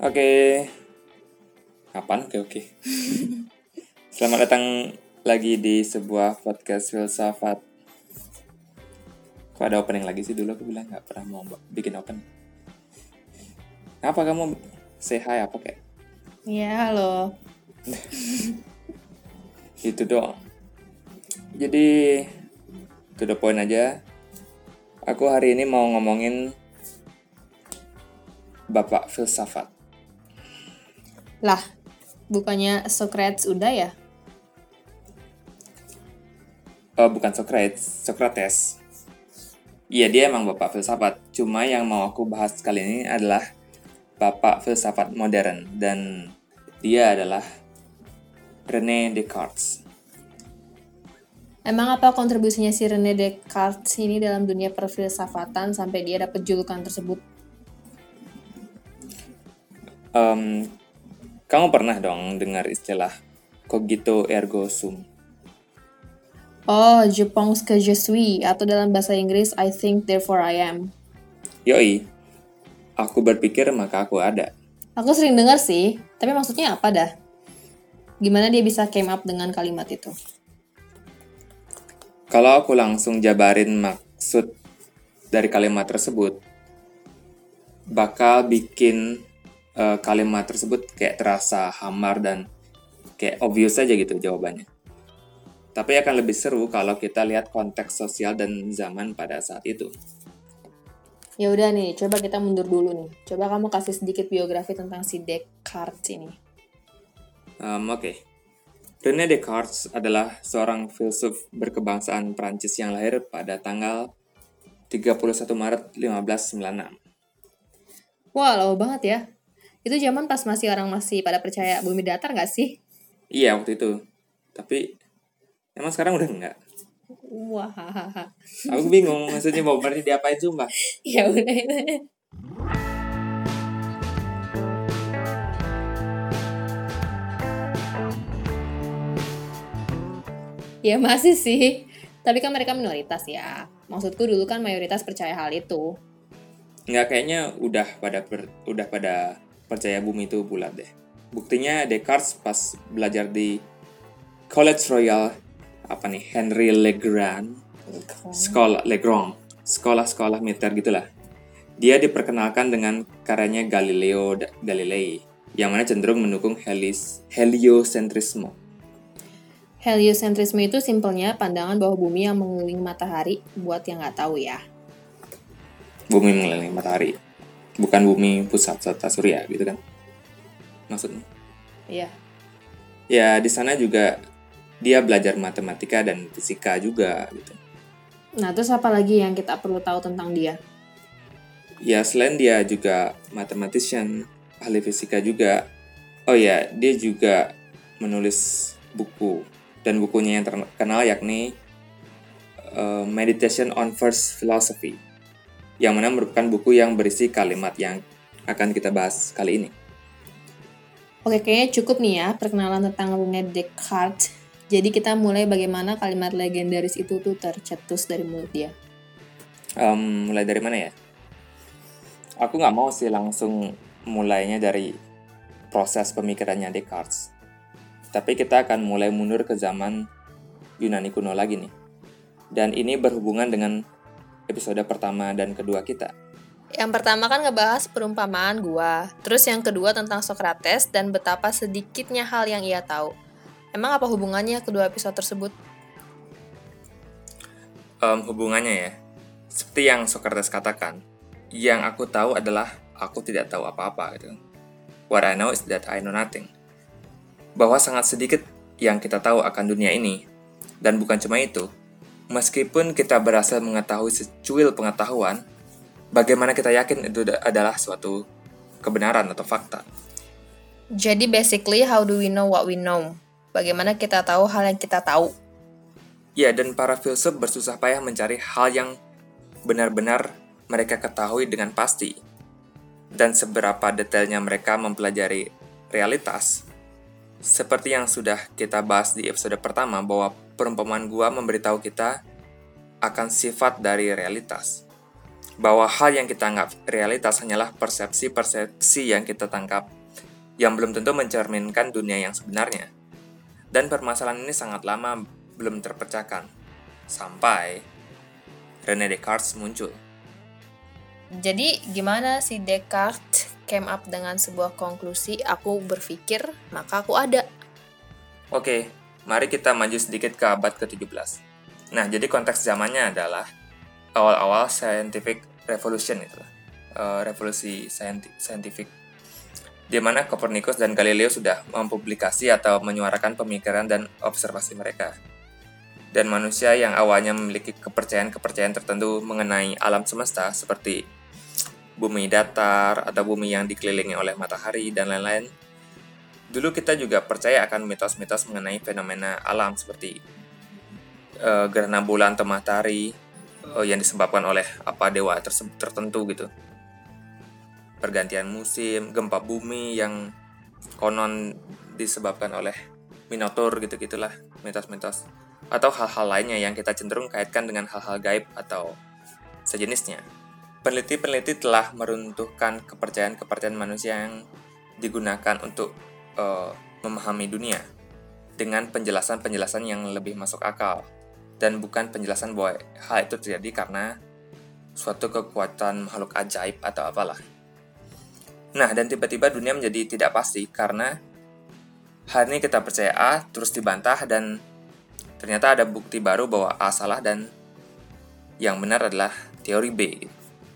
Oke. Kapan? Oke. Selamat datang lagi di sebuah podcast filsafat. Kok ada opening lagi sih? Dulu aku bilang gak pernah mau bikin opening. Kenapa kamu say hi apa kayak? Ya, halo. Itu doang. Jadi, to the point aja. Aku hari ini mau ngomongin Bapak filsafat. Lah, bukannya Socrates udah ya? Bukan Socrates. Iya, dia emang bapak filsafat. Cuma yang mau aku bahas kali ini adalah bapak filsafat modern. Dan dia adalah René Descartes. Emang apa kontribusinya si René Descartes ini dalam dunia perfilsafatan sampai dia dapat julukan tersebut? Kamu pernah dong dengar istilah cogito ergo sum? Oh, je pense que je suis, atau dalam bahasa Inggris, I think therefore I am. Yoi, aku berpikir maka aku ada. Aku sering dengar sih, tapi maksudnya apa dah? Gimana dia bisa came up dengan kalimat itu? Kalau aku langsung jabarin maksud dari kalimat tersebut, bakal bikin kalimat tersebut kayak terasa hambar dan kayak obvious aja gitu jawabannya. Tapi akan lebih seru kalau kita lihat konteks sosial dan zaman pada saat itu. Ya udah nih, coba kita mundur dulu nih. Coba kamu kasih sedikit biografi tentang si Descartes ini. Oke. René Descartes adalah seorang filsuf berkebangsaan Prancis yang lahir pada tanggal 31 Maret 1596. Wah, lama banget ya. Itu zaman pas orang masih pada percaya bumi datar nggak sih? Iya, waktu itu. Tapi emang sekarang udah enggak? Wah, Aku bingung, maksudnya mau berarti diapain sumpah? ya udah itu. Ya masih sih, tapi kan mereka minoritas ya. Maksudku dulu kan mayoritas percaya hal itu. Enggak, kayaknya udah pada percaya bumi itu bulat deh. Buktinya Descartes pas belajar di College Royal Henry Legrand, sekolah militer gitulah. Dia diperkenalkan dengan karyanya Galileo Galilei, yang mana cenderung mendukung heliocentrisme. Heliocentrisme itu simpelnya pandangan bahwa bumi yang mengelilingi matahari, buat yang nggak tahu ya. Bumi mengelilingi matahari, bukan bumi pusat tata surya gitu kan? Maksudnya? Iya. Ya di sana juga dia belajar matematika dan fisika juga gitu. Nah, terus apa lagi yang kita perlu tahu tentang dia? Ya selain dia juga mathematician, ahli fisika juga. Oh ya, dia juga menulis buku. Dan bukunya yang terkenal yakni Meditation on First Philosophy, yang mana merupakan buku yang berisi kalimat yang akan kita bahas kali ini. Oke, kayaknya cukup nih ya perkenalan tentang René Descartes. Jadi kita mulai bagaimana kalimat legendaris itu tuh tercetus dari mulut dia. Mulai dari mana ya? Aku nggak mau sih langsung mulainya dari proses pemikirannya Descartes. Tapi kita akan mulai mundur ke zaman Yunani kuno lagi nih. Dan ini berhubungan dengan episode pertama dan kedua kita. Yang pertama kan ngebahas perumpamaan gua. Terus yang kedua tentang Socrates dan betapa sedikitnya hal yang ia tahu. Emang apa hubungannya kedua episode tersebut? Hubungannya ya, seperti yang Socrates katakan, yang aku tahu adalah aku tidak tahu apa-apa gitu. What I know is that I know nothing. Bahwa sangat sedikit yang kita tahu akan dunia ini. Dan bukan cuma itu, meskipun kita berhasil mengetahui secuil pengetahuan, bagaimana kita yakin itu adalah suatu kebenaran atau fakta? Jadi basically, how do we know what we know? Bagaimana kita tahu hal yang kita tahu? Ya, dan para filsuf bersusah payah mencari hal yang benar-benar mereka ketahui dengan pasti. Dan seberapa detailnya mereka mempelajari realitas. Seperti yang sudah kita bahas di episode pertama, bahwa perumpamaan gua memberitahu kita akan sifat dari realitas. Bahwa hal yang kita anggap realitas hanyalah persepsi-persepsi yang kita tangkap yang belum tentu mencerminkan dunia yang sebenarnya. Dan permasalahan ini sangat lama belum terpecahkan, sampai René Descartes muncul. Jadi gimana si Descartes came up dengan sebuah konklusi, aku berpikir maka aku ada. Oke, mari kita maju sedikit ke abad ke-17. Nah, jadi konteks zamannya adalah awal-awal scientific revolution itulah. Revolusi saintifik, di mana Copernicus dan Galileo sudah mempublikasi atau menyuarakan pemikiran dan observasi mereka. Dan manusia yang awalnya memiliki kepercayaan-kepercayaan tertentu mengenai alam semesta seperti bumi datar atau bumi yang dikelilingi oleh matahari dan lain-lain. Dulu kita juga percaya akan mitos-mitos mengenai fenomena alam seperti gerhana bulan atau matahari yang disebabkan oleh apa dewa tertentu gitu. Pergantian musim, gempa bumi yang konon disebabkan oleh Minotaur gitu-gitulah, mitos-mitos. Atau hal-hal lainnya yang kita cenderung kaitkan dengan hal-hal gaib atau sejenisnya. Peneliti-peneliti telah meruntuhkan kepercayaan-kepercayaan manusia yang digunakan untuk memahami dunia dengan penjelasan-penjelasan yang lebih masuk akal dan bukan penjelasan bahwa hal itu terjadi karena suatu kekuatan makhluk ajaib atau apalah. Nah, dan tiba-tiba dunia menjadi tidak pasti karena hari ini kita percaya A, terus dibantah, dan ternyata ada bukti baru bahwa A salah dan yang benar adalah teori B.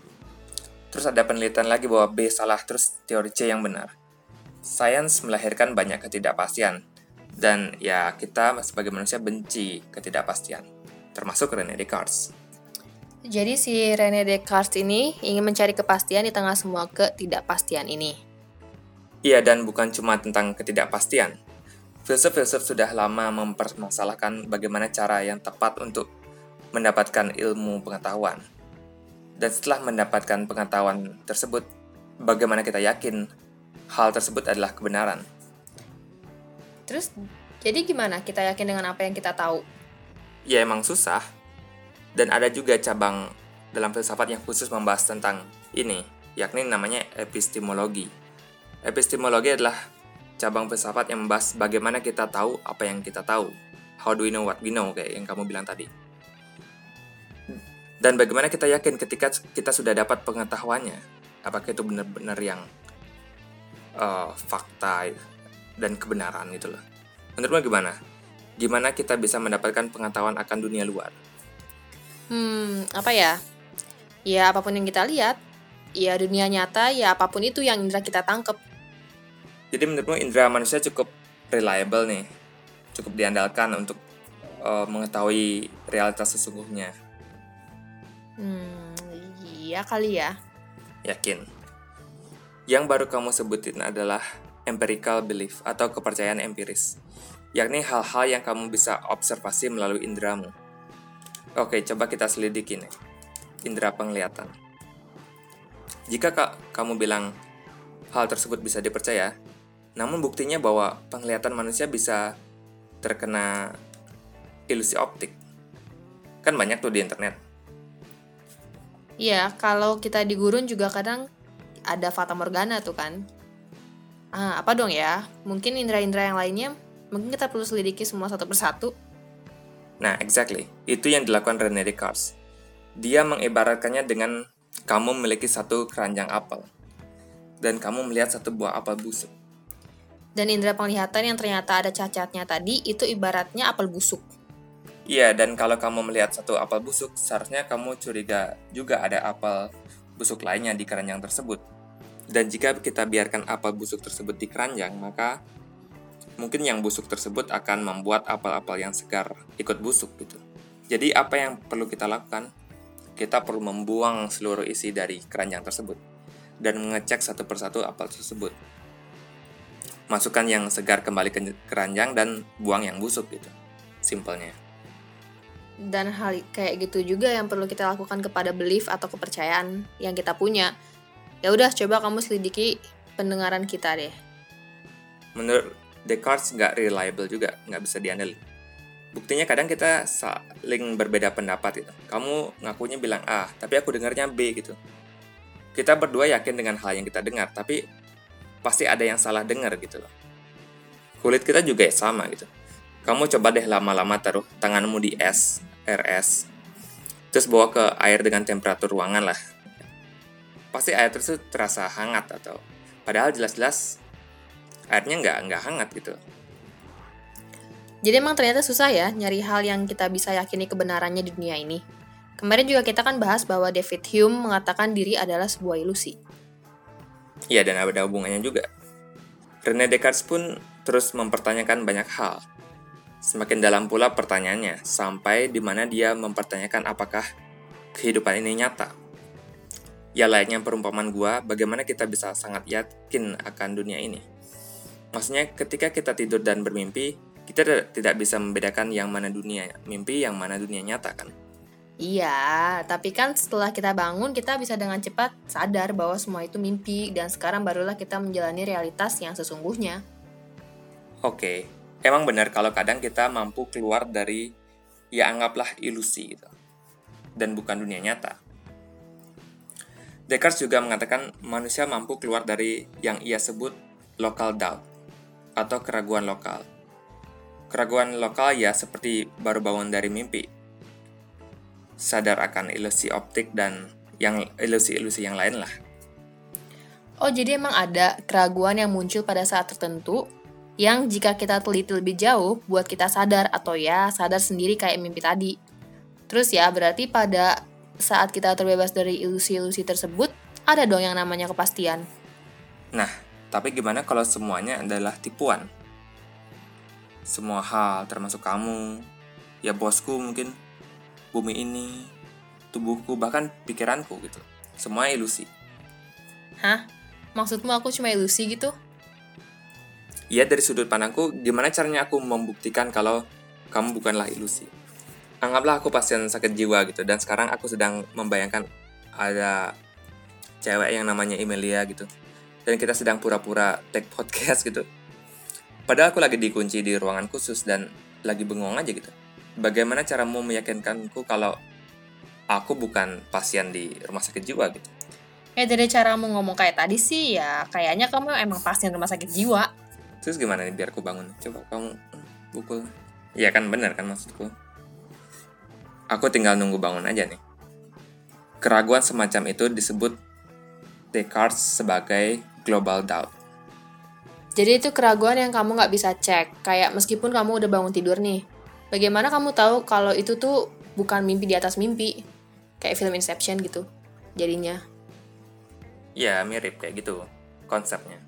Terus ada penelitian lagi bahwa B salah, terus teori C yang benar. Sains melahirkan banyak ketidakpastian, dan ya kita sebagai manusia benci ketidakpastian, termasuk René Descartes. Jadi si René Descartes ini ingin mencari kepastian di tengah semua ketidakpastian ini. Iya, dan bukan cuma tentang ketidakpastian. Filsuf-filsuf sudah lama mempermasalahkan bagaimana cara yang tepat untuk mendapatkan ilmu pengetahuan. Dan setelah mendapatkan pengetahuan tersebut, bagaimana kita yakin hal tersebut adalah kebenaran. Terus, jadi gimana kita yakin dengan apa yang kita tahu? Ya emang susah. Dan ada juga cabang dalam filsafat yang khusus membahas tentang ini, yakni namanya epistemologi. Epistemologi adalah cabang filsafat yang membahas bagaimana kita tahu apa yang kita tahu. How do we know what we know, kayak yang kamu bilang tadi. Dan bagaimana kita yakin ketika kita sudah dapat pengetahuannya, apakah itu benar-benar yang fakta dan kebenaran gitu loh. Menurutmu gimana? Gimana kita bisa mendapatkan pengetahuan akan dunia luar? Apa ya? Ya apapun yang kita lihat, ya dunia nyata, ya apapun itu yang indera kita tangkep. Jadi menurutmu indera manusia cukup reliable nih, cukup diandalkan untuk mengetahui realitas sesungguhnya? Iya kali ya. Yakin. Yang baru kamu sebutin adalah empirical belief atau kepercayaan empiris, yakni hal-hal yang kamu bisa observasi melalui inderamu. Oke, coba kita selidiki nih. Indera penglihatan. Jika kamu bilang hal tersebut bisa dipercaya, namun buktinya bahwa penglihatan manusia bisa terkena ilusi optik. Kan banyak tuh di internet. Iya, kalau kita di gurun juga kadang ada fata morgana tuh kan. Apa dong ya? Mungkin indera-indera yang lainnya, mungkin kita perlu selidiki semua satu persatu. Nah, exactly. Itu yang dilakukan René Descartes. Dia mengibaratkannya dengan kamu memiliki satu keranjang apel, dan kamu melihat satu buah apel busuk. Dan indera penglihatan yang ternyata ada cacatnya tadi, itu ibaratnya apel busuk. Iya, dan kalau kamu melihat satu apel busuk, seharusnya kamu curiga juga ada apel busuk lainnya di keranjang tersebut. Dan jika kita biarkan apel busuk tersebut di keranjang, maka mungkin yang busuk tersebut akan membuat apel-apel yang segar ikut busuk gitu. Jadi apa yang perlu kita lakukan? Kita perlu membuang seluruh isi dari keranjang tersebut dan mengecek satu persatu apel tersebut. Masukkan yang segar kembali ke keranjang dan buang yang busuk gitu. Simpelnya. Dan hal kayak gitu juga yang perlu kita lakukan kepada belief atau kepercayaan yang kita punya. Ya udah, coba kamu selidiki pendengaran kita deh. Menurut Descartes nggak reliable juga, nggak bisa diandalkan. Buktinya kadang kita saling berbeda pendapat gitu. Kamu ngakunya bilang A, tapi aku dengarnya B gitu. Kita berdua yakin dengan hal yang kita dengar, tapi pasti ada yang salah dengar gitu loh. Kulit kita juga sama gitu. Kamu coba deh lama-lama taruh tanganmu di air es, terus bawa ke air dengan temperatur ruangan lah. Pasti air tersebut terasa hangat atau padahal jelas-jelas airnya nggak hangat gitu. Jadi emang ternyata susah ya nyari hal yang kita bisa yakini kebenarannya di dunia ini. Kemarin juga kita kan bahas bahwa David Hume mengatakan diri adalah sebuah ilusi. Iya, dan ada hubungannya juga. René Descartes pun terus mempertanyakan banyak hal. Semakin dalam pula pertanyaannya, sampai di mana dia mempertanyakan apakah kehidupan ini nyata. Ya layaknya perumpamaan gua, bagaimana kita bisa sangat yakin akan dunia ini. Maksudnya ketika kita tidur dan bermimpi, kita tidak bisa membedakan yang mana dunia mimpi, yang mana dunia nyata kan. Iya, tapi kan setelah kita bangun, kita bisa dengan cepat sadar bahwa semua itu mimpi, dan sekarang barulah kita menjalani realitas yang sesungguhnya. Oke, emang benar kalau kadang kita mampu keluar dari, ya anggaplah ilusi gitu, dan bukan dunia nyata. Descartes juga mengatakan manusia mampu keluar dari yang ia sebut local doubt, atau keraguan lokal. Keraguan lokal ya seperti baru bangun dari mimpi, sadar akan ilusi optik dan yang ilusi-ilusi yang lain lah. Oh, jadi emang ada keraguan yang muncul pada saat tertentu yang jika kita teliti lebih jauh buat kita sadar atau ya sadar sendiri kayak mimpi tadi. Terus ya berarti pada saat kita terbebas dari ilusi-ilusi tersebut ada dong yang namanya kepastian. Nah, tapi gimana kalau semuanya adalah tipuan? Semua hal termasuk kamu, ya bosku mungkin, bumi ini, tubuhku, bahkan pikiranku gitu. Semua ilusi. Hah? Maksudmu aku cuma ilusi gitu? Ya dari sudut pandangku, gimana caranya aku membuktikan kalau kamu bukanlah ilusi? Anggaplah aku pasien sakit jiwa gitu, dan sekarang aku sedang membayangkan ada cewek yang namanya Emilia gitu, dan kita sedang pura-pura take podcast gitu. Padahal aku lagi dikunci di ruangan khusus dan lagi bengong aja gitu. Bagaimana caramu meyakinkanku kalau aku bukan pasien di rumah sakit jiwa gitu? Ya dari caramu ngomong kayak tadi sih ya kayaknya kamu emang pasien rumah sakit jiwa. Terus gimana nih biar aku bangun? Coba kamu pukul. Iya kan benar kan maksudku. Aku tinggal nunggu bangun aja nih. Keraguan semacam itu disebut Descartes sebagai global doubt. Jadi itu keraguan yang kamu nggak bisa cek. Kayak meskipun kamu udah bangun tidur nih. Bagaimana kamu tahu kalau itu tuh bukan mimpi di atas mimpi? Kayak film Inception gitu jadinya. Ya mirip kayak gitu konsepnya.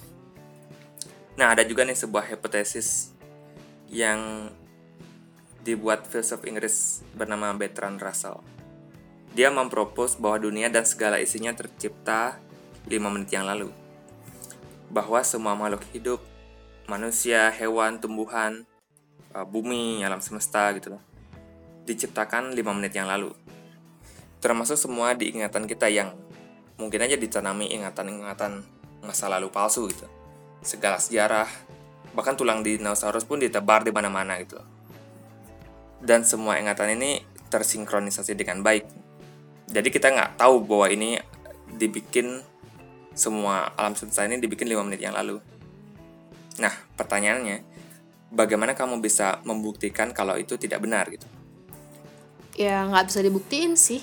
Nah ada juga nih sebuah hipotesis yang dibuat filsuf Inggris bernama Bertrand Russell. Dia mempropos bahwa dunia dan segala isinya tercipta 5 menit yang lalu. Bahwa semua makhluk hidup, manusia, hewan, tumbuhan, bumi, alam semesta gitu loh, diciptakan 5 menit yang lalu. Termasuk semua di ingatan kita yang mungkin aja ditanami ingatan-ingatan masa lalu palsu gitu. Segala sejarah, bahkan tulang dinosaurus pun ditebar di mana-mana gitu loh. Dan semua ingatan ini tersinkronisasi dengan baik. Jadi kita nggak tahu bahwa ini dibikin, semua alam semesta ini dibikin 5 menit yang lalu. Nah, pertanyaannya, bagaimana kamu bisa membuktikan kalau itu tidak benar gitu? Ya nggak bisa dibuktiin sih.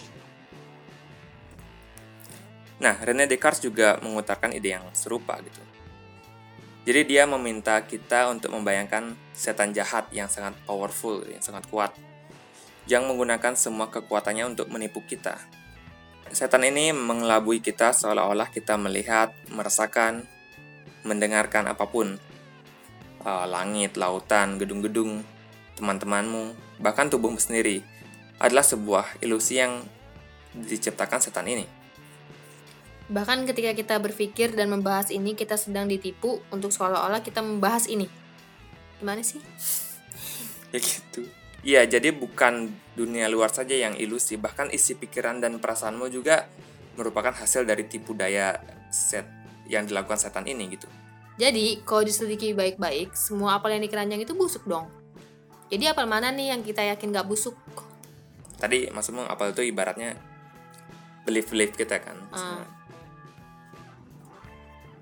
Nah, René Descartes juga mengutarakan ide yang serupa gitu. Jadi dia meminta kita untuk membayangkan setan jahat yang sangat powerful, yang sangat kuat, yang menggunakan semua kekuatannya untuk menipu kita. Setan ini mengelabui kita seolah-olah kita melihat, merasakan, mendengarkan apapun. Langit, lautan, gedung-gedung, teman-temanmu, bahkan tubuhmu sendiri adalah sebuah ilusi yang diciptakan setan ini. Bahkan ketika kita berpikir dan membahas ini, kita sedang ditipu untuk seolah-olah kita membahas ini. Gimana sih? Ya gitu. Iya, jadi bukan dunia luar saja yang ilusi, bahkan isi pikiran dan perasaanmu juga merupakan hasil dari tipu daya set yang dilakukan setan ini gitu. Jadi, kalau diselidiki baik-baik, semua apel yang di keranjang itu busuk dong. Jadi apel mana nih yang kita yakin gak busuk? Tadi maksudmu apel itu ibaratnya belief kita kan.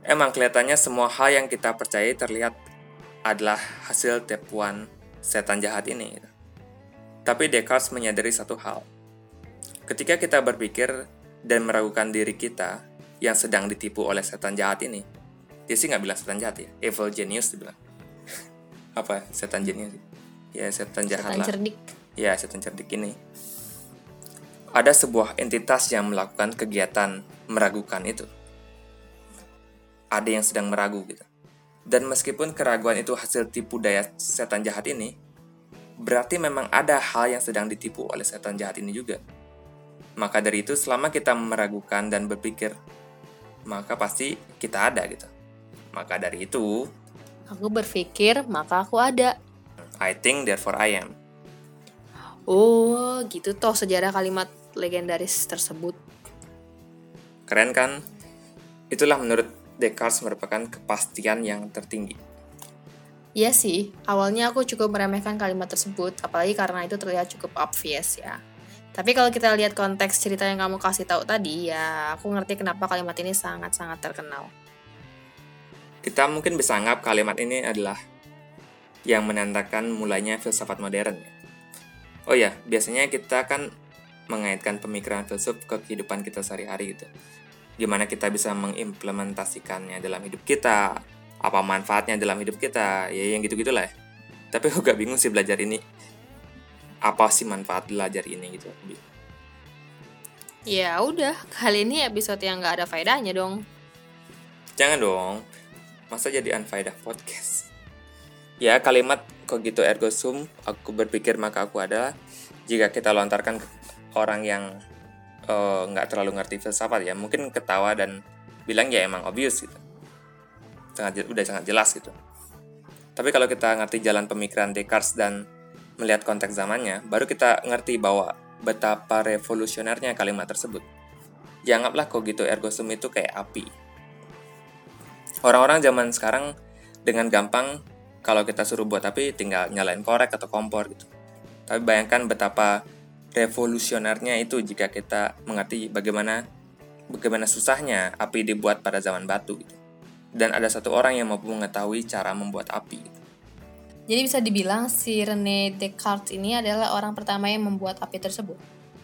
Emang kelihatannya semua hal yang kita percayai terlihat adalah hasil tipuan setan jahat ini. Tapi Descartes menyadari satu hal. Ketika kita berpikir dan meragukan diri kita yang sedang ditipu oleh setan jahat ini, dia sih nggak bilang setan jahat ya, evil genius dibilang. Apa? Setan genius? Ya, setan jahat Setan lah. cerdik. Ya, setan cerdik ini. Ada sebuah entitas yang melakukan kegiatan meragukan itu. Ada yang sedang meragu gitu. Dan meskipun keraguan itu hasil tipu daya setan jahat ini, berarti memang ada hal yang sedang ditipu oleh setan jahat ini juga. Maka dari itu, selama kita meragukan dan berpikir, maka pasti kita ada gitu. Maka dari itu, Aku berpikir, maka aku ada. I think therefore I am. Oh, gitu toh sejarah kalimat legendaris tersebut. Keren kan? Itulah menurut Descartes merupakan kepastian yang tertinggi. Iya sih, awalnya aku cukup meremehkan kalimat tersebut, apalagi karena itu terlihat cukup obvious ya. Tapi kalau kita lihat konteks cerita yang kamu kasih tahu tadi, ya aku ngerti kenapa kalimat ini sangat-sangat terkenal. Kita mungkin bisa anggap kalimat ini adalah yang menandakan mulainya filsafat modern. Oh ya, biasanya kita kan mengaitkan pemikiran filsuf ke kehidupan kita sehari-hari gitu. Gimana kita bisa mengimplementasikannya dalam hidup kita, apa manfaatnya dalam hidup kita, ya yang gitu-gitulah ya. Tapi aku gak bingung sih belajar ini. Apa sih manfaat belajar ini gitu. Ya udah, kali ini episode yang gak ada faedahnya dong. Jangan dong, masa jadi unfaedah podcast. Ya, kalimat cogito ergo sum, aku berpikir maka aku adalah, jika kita lontarkan ke orang yang nggak terlalu ngerti filsafat ya, mungkin ketawa dan bilang ya emang obvious gitu, udah sangat jelas gitu. Tapi kalau kita ngerti jalan pemikiran Descartes dan melihat konteks zamannya, baru kita ngerti bahwa betapa revolusionernya kalimat tersebut. Ya anggaplah cogito ergo sum itu kayak api. Orang-orang zaman sekarang dengan gampang kalau kita suruh buat api tinggal nyalain korek atau kompor gitu. Tapi bayangkan betapa revolusionernya itu jika kita mengerti bagaimana susahnya api dibuat pada zaman batu gitu. Dan ada satu orang yang mampu mengetahui cara membuat api gitu. Jadi bisa dibilang si René Descartes ini adalah orang pertama yang membuat api tersebut.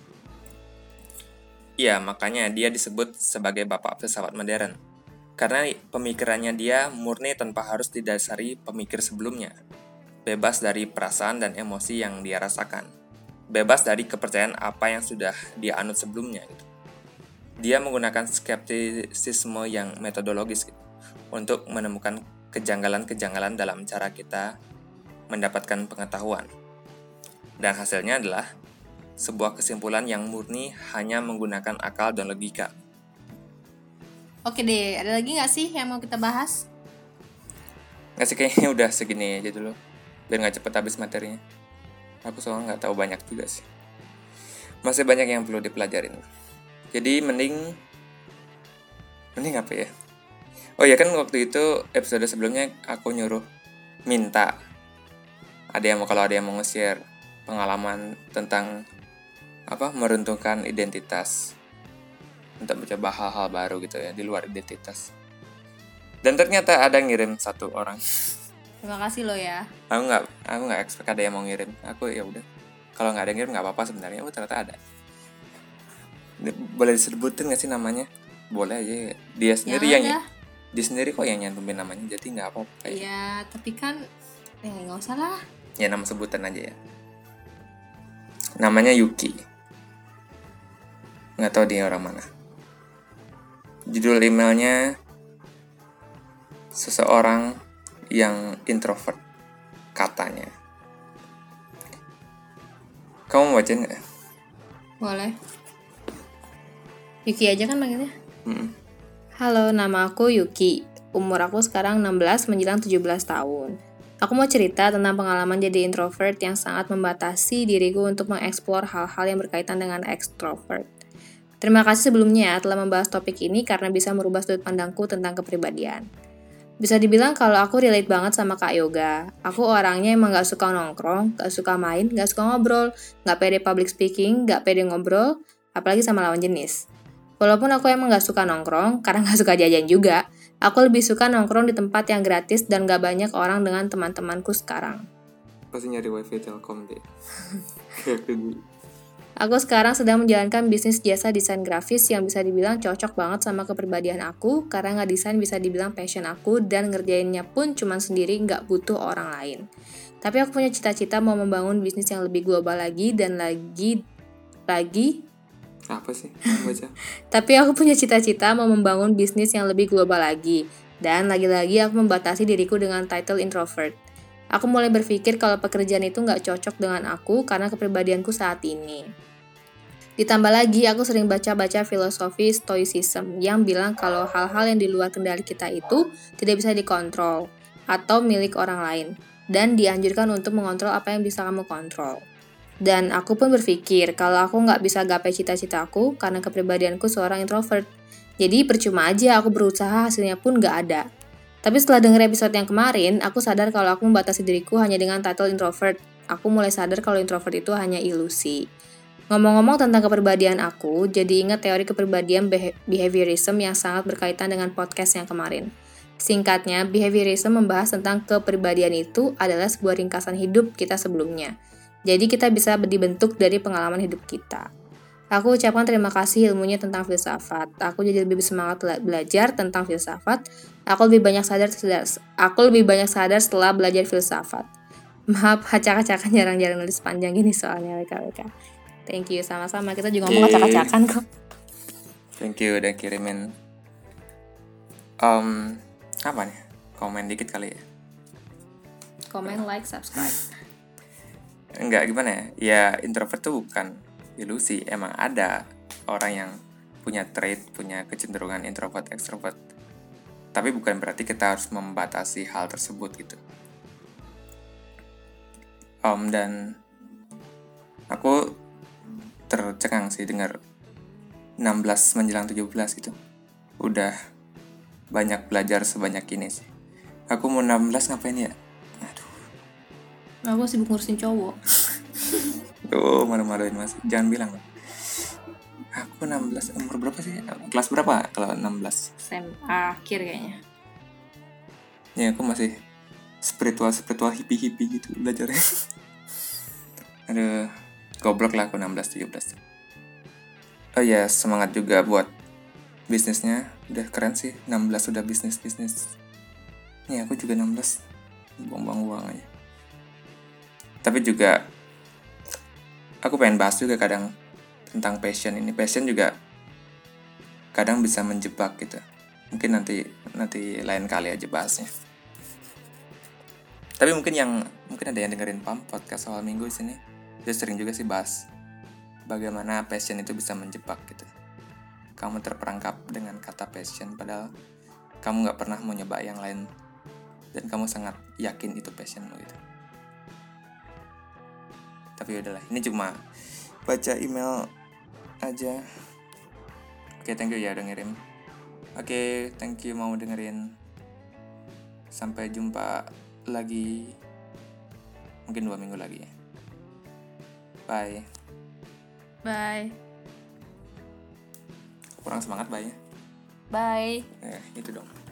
Iya, makanya dia disebut sebagai bapak filsafat modern. Karena pemikirannya dia murni tanpa harus didasari pemikir sebelumnya. Bebas dari perasaan dan emosi yang dia rasakan. Bebas dari kepercayaan apa yang sudah dia anut sebelumnya gitu. Dia menggunakan skeptisisme yang metodologis gitu, untuk menemukan kejanggalan-kejanggalan dalam cara kita mendapatkan pengetahuan. Dan hasilnya adalah sebuah kesimpulan yang murni hanya menggunakan akal dan logika. Oke deh, ada lagi gak sih yang mau kita bahas? Nggak sih, kayaknya udah segini aja dulu, biar nggak cepet habis materinya. Aku soalnya nggak tahu banyak juga sih. Masih banyak yang perlu dipelajarin. Jadi mending apa ya? Oh ya kan waktu itu episode sebelumnya aku nyuruh minta kalau ada yang mau nge-share pengalaman tentang meruntuhkan identitas, untuk mencoba hal-hal baru gitu ya di luar identitas. Dan ternyata ada yang ngirim satu orang. Terima kasih lo ya. Aku nggak expect ada yang mau ngirim. Aku ya udah. Kalau nggak ada yang ngirim nggak apa-apa sebenarnya. Oh ternyata ada. Boleh disebutin nggak sih namanya? Boleh aja. Dia sendiri dia sendiri kok yang nyantumin namanya. Jadi nggak apa-apa. Iya, tapi kan nggak usah lah. Ya nama sebutan aja ya. Namanya Yuki. Nggak tahu dia orang mana. Judul emailnya seseorang yang introvert katanya. Kamu mau bacain nggak? Boleh. Yuki aja kan manggilnya? Halo, nama aku Yuki. Umur aku sekarang 16 menjelang 17 tahun. Aku mau cerita tentang pengalaman jadi introvert yang sangat membatasi diriku untuk mengeksplor hal-hal yang berkaitan dengan extrovert. Terima kasih sebelumnya telah membahas topik ini karena bisa merubah sudut pandangku tentang kepribadian. Bisa dibilang kalau aku relate banget sama Kak Yoga. Aku orangnya emang gak suka nongkrong, gak suka main, gak suka ngobrol, gak pede public speaking, gak pede ngobrol, apalagi sama lawan jenis. Walaupun aku emang gak suka nongkrong, karena gak suka jajan juga, Aku lebih suka nongkrong di tempat yang gratis dan gak banyak orang dengan teman-temanku sekarang. Pasti nyari wifi Telkom deh. Aku sekarang sedang menjalankan bisnis jasa desain grafis yang bisa dibilang cocok banget sama kepribadian aku, karena ngedesain bisa dibilang passion aku dan ngerjainnya pun cuman sendiri, gak butuh orang lain. Tapi aku punya cita-cita mau membangun bisnis yang lebih global lagi dan lagi Apa sih? Baca. Tapi aku punya cita-cita mau membangun bisnis yang lebih global lagi. Dan lagi-lagi aku membatasi diriku dengan title introvert. Aku mulai berpikir kalau pekerjaan itu nggak cocok dengan aku karena kepribadianku saat ini. Ditambah lagi, aku sering baca-baca filosofi stoicism yang bilang kalau hal-hal yang di luar kendali kita itu tidak bisa dikontrol atau milik orang lain. Dan dianjurkan untuk mengontrol apa yang bisa kamu kontrol. Dan aku pun berpikir kalau aku nggak bisa gapai cita-citaku karena kepribadianku seorang introvert. Jadi percuma aja aku berusaha, hasilnya pun nggak ada. Tapi setelah denger episode yang kemarin, aku sadar kalau aku membatasi diriku hanya dengan title introvert. Aku mulai sadar kalau introvert itu hanya ilusi. Ngomong-ngomong tentang kepribadian aku, jadi ingat teori kepribadian behaviorism yang sangat berkaitan dengan podcast yang kemarin. Singkatnya, behaviorism membahas tentang kepribadian itu adalah sebuah ringkasan hidup kita sebelumnya. Jadi kita bisa dibentuk dari pengalaman hidup kita. Aku ucapkan terima kasih ilmunya tentang filsafat. Aku jadi lebih semangat belajar tentang filsafat. Aku lebih banyak sadar setelah belajar filsafat. Maaf, acak-acakan jarang-jarang nulis panjang gini soalnya WKWK. Thank you, sama-sama. Kita juga ngomong acak-acakan kok. Thank you udah kirimin. Apa nih? Komen dikit kali ya. Komen, like, subscribe. Enggak, gimana ya? Ya, introvert tuh bukan ilusi. Emang ada orang yang punya trait, punya kecenderungan introvert, extrovert. Tapi bukan berarti kita harus membatasi hal tersebut gitu. Dan aku tercengang sih dengar 16 menjelang 17 gitu. Udah banyak belajar sebanyak ini sih. Aku mau 16 ngapain ya? Aku sibuk ngurusin cowok. Tuh, malu-maluin mas. Jangan bilang. Aku 16, umur berapa sih? Kelas berapa kalau 16? Akhir kayaknya. Ya, aku masih spiritual hippie gitu belajarnya. Aduh, goblok lah aku 16-17. Oh ya, semangat juga buat bisnisnya. Udah keren sih, 16 udah bisnis. Nih, aku juga 16. Buang-buang uang aja. Tapi juga aku pengen bahas juga kadang tentang passion ini. Passion juga kadang bisa menjebak gitu. Mungkin nanti lain kali aja bahasnya. Tapi mungkin ada yang dengerin podcast awal minggu di sini. Dia sering juga sih bahas bagaimana passion itu bisa menjebak gitu. Kamu terperangkap dengan kata passion padahal kamu nggak pernah mau nyoba yang lain dan kamu sangat yakin itu passionmu gitu. Tapi udahlah, ini cuma baca email aja. Oke, thank you ya udah ngirim. Oke, thank you mau dengerin. Sampai jumpa lagi. Mungkin 2 minggu lagi ya. Bye. Bye. Kurang semangat bye ya. Bye. Itu dong.